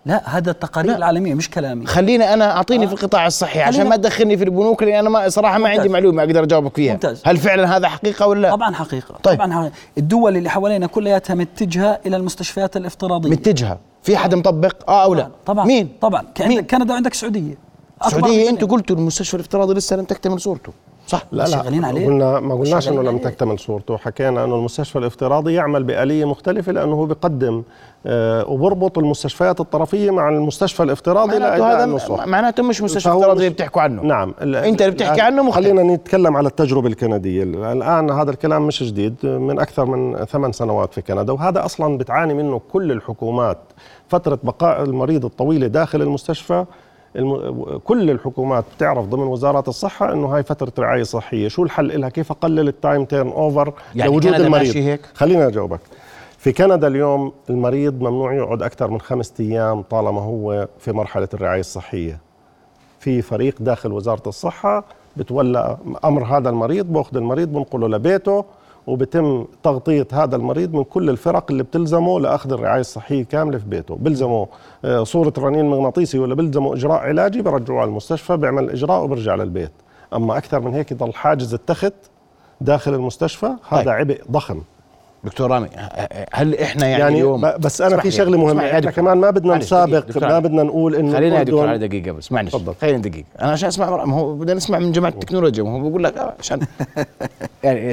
لا هذا التقارير العالميه مش كلامي. خليني انا اعطيني في القطاع الصحي عشان ما تدخلني في البنوك، لان انا ما صراحه ما عندي معلومه اقدر اجاوبك فيها. ممتاز. هل فعلا هذا حقيقه ولا لا؟ طبعا حقيقه. طيب. طبعا حقيقة. الدول اللي حوالينا كلياتها متجهه الى المستشفيات الافتراضيه. متجهه، في حد مطبق او لا؟ طبعا. مين؟ طبعا كندا وعندك السعوديه. السعوديه انتم قلتوا المستشفى الافتراضي لسه لم تكتمل صورته، صح؟ لا شغالين عليه. ما قلناش انه لم تكتمل صورته، حكينا انه المستشفى الافتراضي يعمل بآلية مختلفة، لانه هو بيقدم وبربط المستشفيات الطرفية مع المستشفى الافتراضي لأداء النصح. معناته مش مستشفى افتراضي اللي بتحكوا عنه. نعم، انت اللي بتحكي عنه مختلف. خلينا نتكلم على التجربة الكندية. الآن هذا الكلام مش جديد، من أكثر من 8 سنوات في كندا، وهذا أصلا بتعاني منه كل الحكومات. فترة بقاء المريض الطويلة داخل المستشفى، كل الحكومات بتعرف ضمن وزارات الصحة انه هاي فترة رعاية صحية. شو الحل لها؟ كيف اقلل التايم تيرن اوفر يعني لوجود المريض؟ هيك؟ خلينا اجاوبك. في كندا اليوم المريض ممنوع يقعد اكثر من 5 ايام طالما هو في مرحلة الرعاية الصحية. في فريق داخل وزارة الصحة بتولى امر هذا المريض، باخذ المريض بنقله لبيته، وبتم تغطية هذا المريض من كل الفرق اللي بتلزمه لأخذ الرعاية الصحية كاملة في بيته. بلزمه صورة رنين مغناطيسي ولا بلزمه إجراء علاجي، برجعوه على المستشفى بيعمل إجراء وبرجع للبيت. أما أكثر من هيك يضل حاجز التخت داخل المستشفى، هذا عبء ضخم. دكتور رامي، هل احنا يعني اليوم بس انا في شغله مهمه، احنا كمان ما بدنا نسابق، ما بدنا نقول انه خلينا يا دكتور على دقيقه بس، معلش خلينا دقيقه، انا عشان اسمع، ما هو بدنا نسمع من جماعه التكنولوجيا، ما هو بقول لك عشان يعني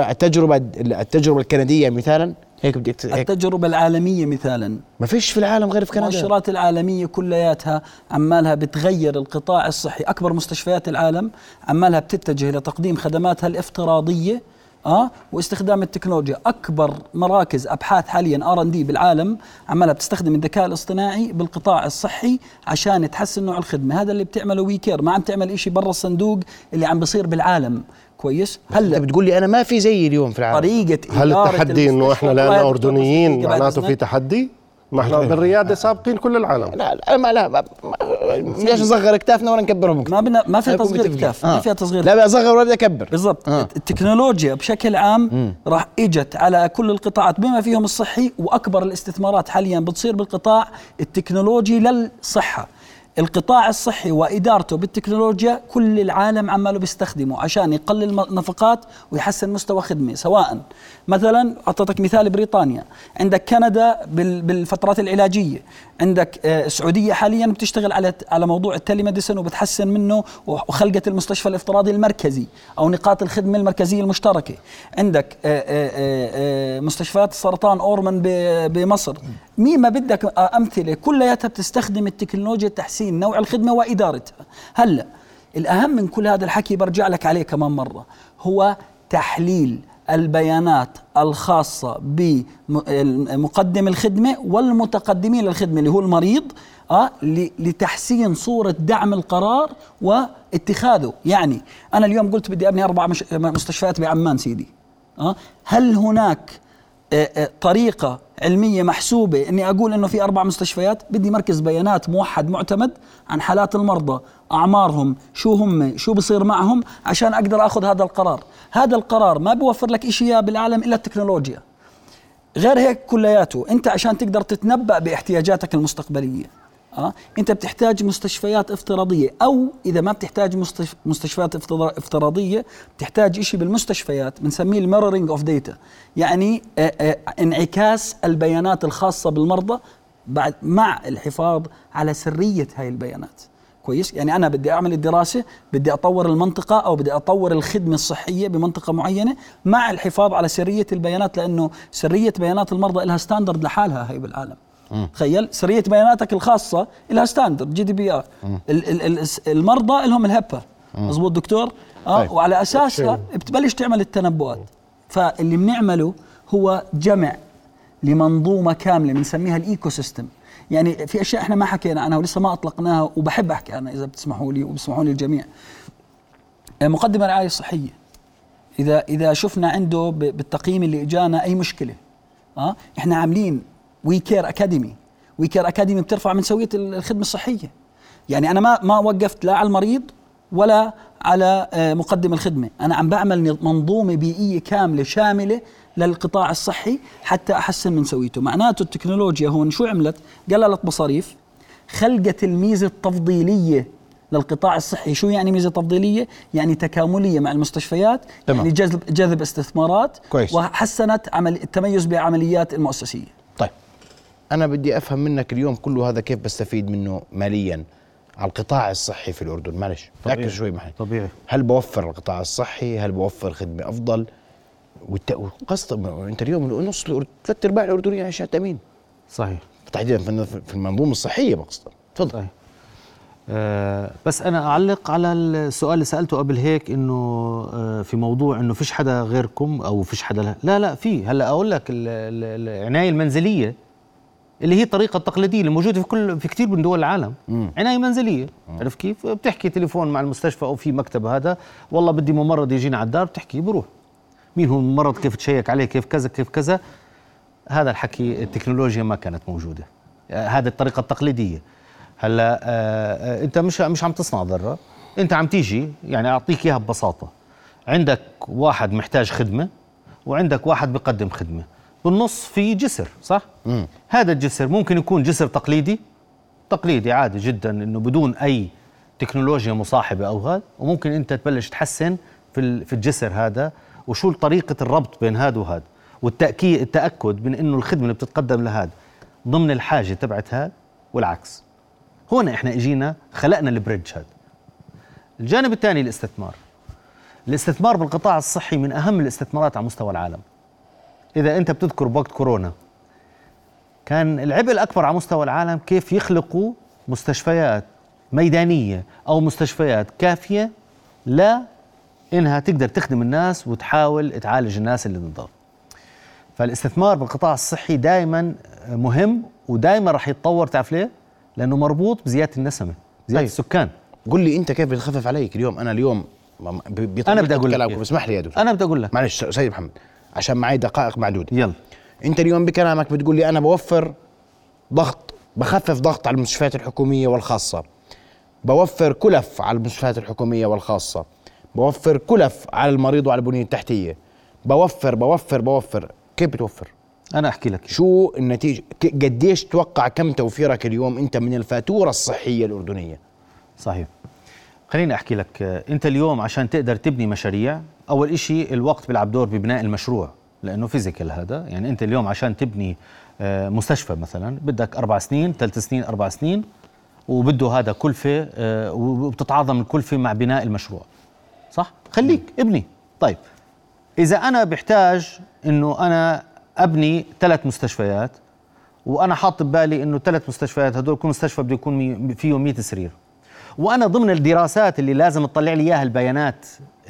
التجربه الكنديه مثالا هيك بدك التجربه العالميه مثالا، ما فيش في العالم غير في كندا. المؤشرات العالميه كلياتها عمالها بتغير القطاع الصحي. اكبر مستشفيات العالم عمالها بتتجه لتقديم خدماتها الافتراضيه واستخدام التكنولوجيا. اكبر مراكز ابحاث حاليا R&D بالعالم عمالها بتستخدم الذكاء الاصطناعي بالقطاع الصحي عشان تحسن نوع الخدمه. هذا اللي بتعمله ويكير، ما عم تعمل إشي برا الصندوق اللي عم بيصير بالعالم. كويس. هلا انت بتقول لي انا ما في زي اليوم في العالم طريقه. هل التحدي انه احنا لاننا اردنيين معناته في تحدي؟ ما احنا بالرياده سابقين كل العالم. لا ليش نصغر كتافنا ولا نكبرهم؟ ما في تصغير كتاف، ما فيها تصغير. لا بصغر ولا اكبر. بالضبط. التكنولوجيا بشكل عام راح اجت على كل القطاعات بما فيهم الصحي، واكبر الاستثمارات حاليا بتصير بالقطاع التكنولوجي للصحه. القطاع الصحي وإدارته بالتكنولوجيا كل العالم عماله بيستخدمه عشان يقلل نفقات ويحسن مستوى خدمة. سواء مثلا أعطيتك مثال بريطانيا، عندك كندا بالفترات العلاجية، عندك السعودية حاليا بتشتغل على موضوع التليميديسن وبتحسن منه، وخلقت المستشفى الافتراضي المركزي أو نقاط الخدمة المركزية المشتركة. عندك مستشفيات السرطان أورمان بمصر. مين ما بدك أمثلة كلياتها بتستخدم التكنولوجيا تحسين نوع الخدمة وإدارتها. هلأ الأهم من كل هذا الحكي برجع لك عليه كمان مرة، هو تحليل البيانات الخاصة بمقدم الخدمة والمتقدمين للخدمة اللي هو المريض لتحسين صورة دعم القرار واتخاذه. يعني أنا اليوم قلت بدي أبني 4 مستشفيات بعمان سيدي، هل هناك طريقة علمية محسوبة أني أقول أنه في 4 مستشفيات؟ بدي مركز بيانات موحد معتمد عن حالات المرضى، أعمارهم، شو هم، شو بصير معهم، عشان أقدر أخذ هذا القرار. هذا القرار ما بيوفر لك إشي بالعالم إلا التكنولوجيا. غير هيك كلياته أنت عشان تقدر تتنبأ باحتياجاتك المستقبلية أنت بتحتاج مستشفيات افتراضية، أو إذا ما بتحتاج مستشفيات افتراضية بتحتاج إشي بالمستشفيات بنسميه الميرورينج أوف داتا، يعني انعكاس البيانات الخاصة بالمرضى بعد مع الحفاظ على سرية هاي البيانات. كويس. يعني أنا بدي أعمل الدراسة، بدي أطور المنطقة أو بدي أطور الخدمة الصحية بمنطقة معينة مع الحفاظ على سرية البيانات، لأنه سرية بيانات المرضى لها ستاندرد لحالها هاي بالعالم. تخيل سرية بياناتك الخاصة لها ستاندرد GDPR. المرضى لهم الهبة. مظبوط دكتور؟ وعلى أساسها بتبلش تعمل التنبؤات. فاللي بنعمله هو جمع لمنظومة كاملة بنسميها الإيكو سيستم. يعني في أشياء إحنا ما حكينا عنها ولسه ما أطلقناها وبحب أحكي عنها إذا بتسمحوا لي وبسمحوا لي الجميع. مقدم الرعاية الصحية إذا شفنا عنده بالتقييم اللي إجانا أي مشكلة، إحنا عاملين ويكير أكاديمي. ويكير أكاديمي بترفع من سوية الخدمة الصحية. يعني أنا ما وقفت لا على المريض ولا على مقدم الخدمة، أنا عم بعمل منظومة بيئية كاملة شاملة للقطاع الصحي حتى أحسن من سويته. معناته التكنولوجيا هون شو عملت؟ قللت مصاريف، خلقت الميزة التفضيلية للقطاع الصحي. شو يعني ميزة تفضيلية؟ يعني تكاملية مع المستشفيات، تمام. يعني جذب استثمارات كويس. وحسنت التميز بعمليات المؤسسية. طيب أنا بدي أفهم منك اليوم كله هذا كيف بستفيد منه ماليا على القطاع الصحي في الأردن. معلش ركز شوي معي. طبيعي. هل بوفر القطاع الصحي؟ هل بوفر خدمة أفضل؟ وقصد أنت اليوم نص ثلاث أرباع الأردنيين عايشين على التأمين. صحيح. تحديدا في المنظومة الصحية بقصد. تفضل. صحيح. بس أنا أعلق على السؤال اللي سألته قبل هيك، إنه في موضوع إنه فيش حدا غيركم أو فيش حدا. لا في. هلا أقول لك العناية المنزلية اللي هي الطريقة التقليدية اللي موجودة في كثير من دول العالم. عناية منزلية. عرف كيف؟ بتحكي تليفون مع المستشفى أو في مكتب، هذا والله بدي ممرض يجينا على الدار، بتحكي بروح. مين هو الممرض، كيف تشيك عليه، كيف كذا كيف كذا. هذا الحكي التكنولوجيا ما كانت موجودة. هذه الطريقة التقليدية. هلا انت مش عم تصنع ضرر، انت عم تيجي، يعني اعطيك اياها ببساطه. عندك واحد محتاج خدمه وعندك واحد بيقدم خدمه، بالنص في جسر، صح؟ هذا الجسر ممكن يكون جسر تقليدي عادي جدا، انه بدون اي تكنولوجيا مصاحبه او هذا، وممكن انت تبلش تحسن في الجسر هذا، وشو طريقه الربط بين هذا وهذا، التاكد من انه الخدمه اللي بتتقدم لهذا ضمن الحاجه تبعت هذا والعكس. هون احنا اجينا خلقنا البريدج هذا. الجانب الثاني الاستثمار بالقطاع الصحي من اهم الاستثمارات على مستوى العالم. اذا انت بتذكر بوقت كورونا كان العبء الاكبر على مستوى العالم كيف يخلقوا مستشفيات ميدانيه او مستشفيات كافيه لا انها تقدر تخدم الناس وتحاول تعالج الناس اللي ضدها. فالاستثمار بالقطاع الصحي دائما مهم ودائما راح يتطور. تعرف ليه؟ لأنه مربوط بزيادة النسمة، زيادة السكان. قل لي أنت كيف بتخفف عليك اليوم؟ أنا اليوم أنا بدي أقول لك، اسمح لي يا دكتور. أنا بدي أقول لك، معلش سيد محمد عشان معي دقائق معدودة. يلا. أنت اليوم بكلامك بتقول لي أنا بوفر ضغط، بخفف ضغط على المستشفيات الحكومية والخاصة، بوفر كلف على المستشفيات الحكومية والخاصة، بوفر كلف على المريض وعلى البنية التحتية، بوفر. كيف بتوفر؟ أنا أحكي لك شو النتيجة؟ قديش توقع كم توفيرك اليوم أنت من الفاتورة الصحية الأردنية؟ صحيح. خليني أحكي لك. أنت اليوم عشان تقدر تبني مشاريع، أول إشي الوقت بيلعب دور ببناء المشروع، لأنه فيزيكال هذا. يعني أنت اليوم عشان تبني مستشفى مثلا بدك 4 سنين 3 سنين 4 سنين، وبده هذا كلفة، وبتتعاظم الكلفة مع بناء المشروع، صح؟ خليك ابني. طيب إذا أنا بحتاج إنه أنا أبني 3 مستشفيات، وأنا حاط ببالي إنه 3 مستشفيات هدول كل مستشفى بده يكون فيهم 100 سرير، وأنا ضمن الدراسات اللي لازم تطلع لي إياها البيانات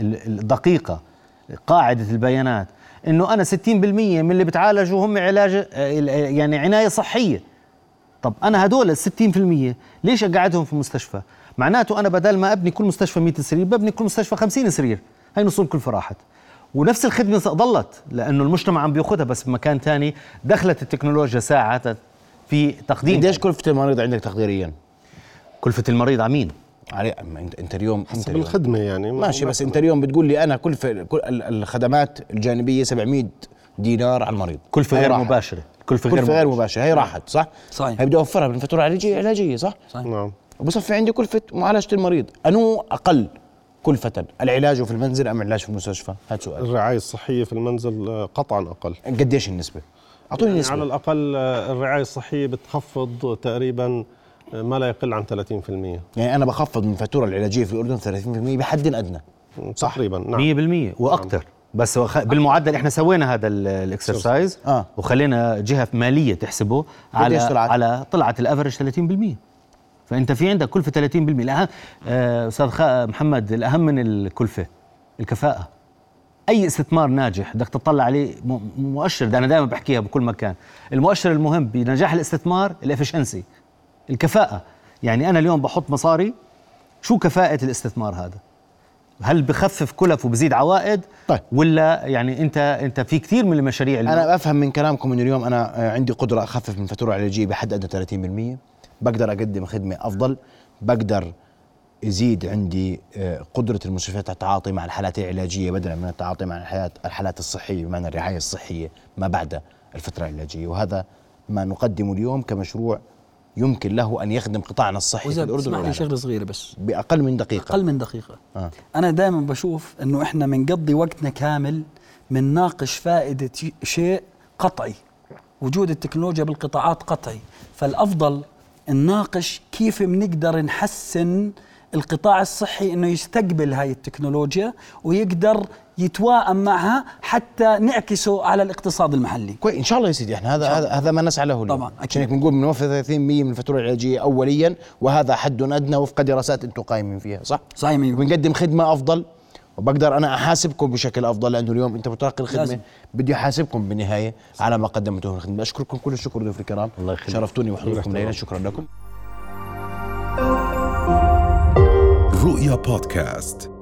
الدقيقة، قاعدة البيانات، إنه أنا 60% من اللي بتعالجوا هم علاج يعني عناية صحية. طب أنا هدول 60% ليش أقعدهم في مستشفى؟ معناته أنا بدل ما أبني كل مستشفى 100 سرير ببني كل مستشفى 50 سرير، هاي نص الكلفة راحت، ونفس الخدمة ضلت لأنه المجتمع عم بياخذها بس بمكان تاني. دخلت التكنولوجيا ساعدت في تقديم. قديش كلفة المريض عندك تقديريا؟ كلفة المريض عمين علي انت اليوم حسب الخدمة يعني ماشي، بس انت اليوم بتقول لي انا كل الخدمات الجانبية 700 دينار على المريض، كلفة غير مباشرة. كلفة غير مباشرة هي راحت، صح؟ صحيح. هي بدي اوفرها من فاتورة علاجية، صح؟ صحيح. نعم. وبصفي عندي كلفة معالجة المريض، انو اقل كلفة، العلاج في المنزل ام العلاج في المستشفى؟ هذا سؤال. الرعاية الصحية في المنزل قطعا أقل. قديش النسبة؟ اعطوني يعني نسبة. على الأقل الرعاية الصحية بتخفض تقريبا ما لا يقل عن 30%. يعني انا بخفض من الفاتورة العلاجية في الأردن 30% بحد أدنى. صح. تقريبا نعم. 100% وأكثر. بس بالمعدل احنا سوينا هذا الاكسرسايز وخلينا جهة مالية تحسبه على طلعت الافرج 30%. فانت في عندك كلفة 30%. الأهم أستاذ محمد، الأهم من الكلفة الكفاءة. أي استثمار ناجح بدك تطلع عليه مؤشر، ده أنا دائما بحكيها بكل مكان. المؤشر المهم بنجاح الاستثمار الافشنسي، الكفاءة. يعني أنا اليوم بحط مصاري، شو كفاءة الاستثمار هذا؟ هل بخفف كلف وبزيد عوائد؟ طيب. ولا يعني انت في كثير من المشاريع انا بفهم من كلامكم انه اليوم انا عندي قدره اخفف من الفاتوره العلاجيه بحد ادنى 30%، بقدر اقدم خدمه افضل، بقدر يزيد عندي قدره المستشفيات على التعاطي مع الحالات العلاجيه بدلا من التعاطي مع الحالات الصحيه بمعنى الرعايه الصحيه ما بعد الفتره العلاجيه. وهذا ما نقدمه اليوم كمشروع يمكن له أن يخدم قطاعنا الصحي في الأردن. اسمح لي شغله صغيره بس بأقل من دقيقة. أقل من دقيقة. أنا دائما بشوف أنه إحنا منقضي وقتنا كامل منناقش فائدة شيء قطعي، وجود التكنولوجيا بالقطاعات قطعي، فالأفضل نناقش كيف بنقدر نحسن القطاع الصحي انه يستقبل هاي التكنولوجيا ويقدر يتواءم معها حتى نعكسه على الاقتصاد المحلي. كويس ان شاء الله يا سيدي. احنا هذا ما نسعى له اليوم. طبعا عشان هيك بنقول بنوفر 30% من الفاتوره العلاجيه اوليا، وهذا حد ادنى وفق دراسات انتم قايمين فيها، صح؟ صحيح. بنقدم خدمه افضل وبقدر انا احاسبكم بشكل افضل، لانه اليوم انت بتلقي الخدمه لازم. بدي احاسبكم بالنهايه على ما قدمتوه الخدمه. اشكركم كل الشكر ضيوف الكرام، الله يخليك، شرفتوني وحضوركم لنا، شكرا لكم. رؤيا بودكاست.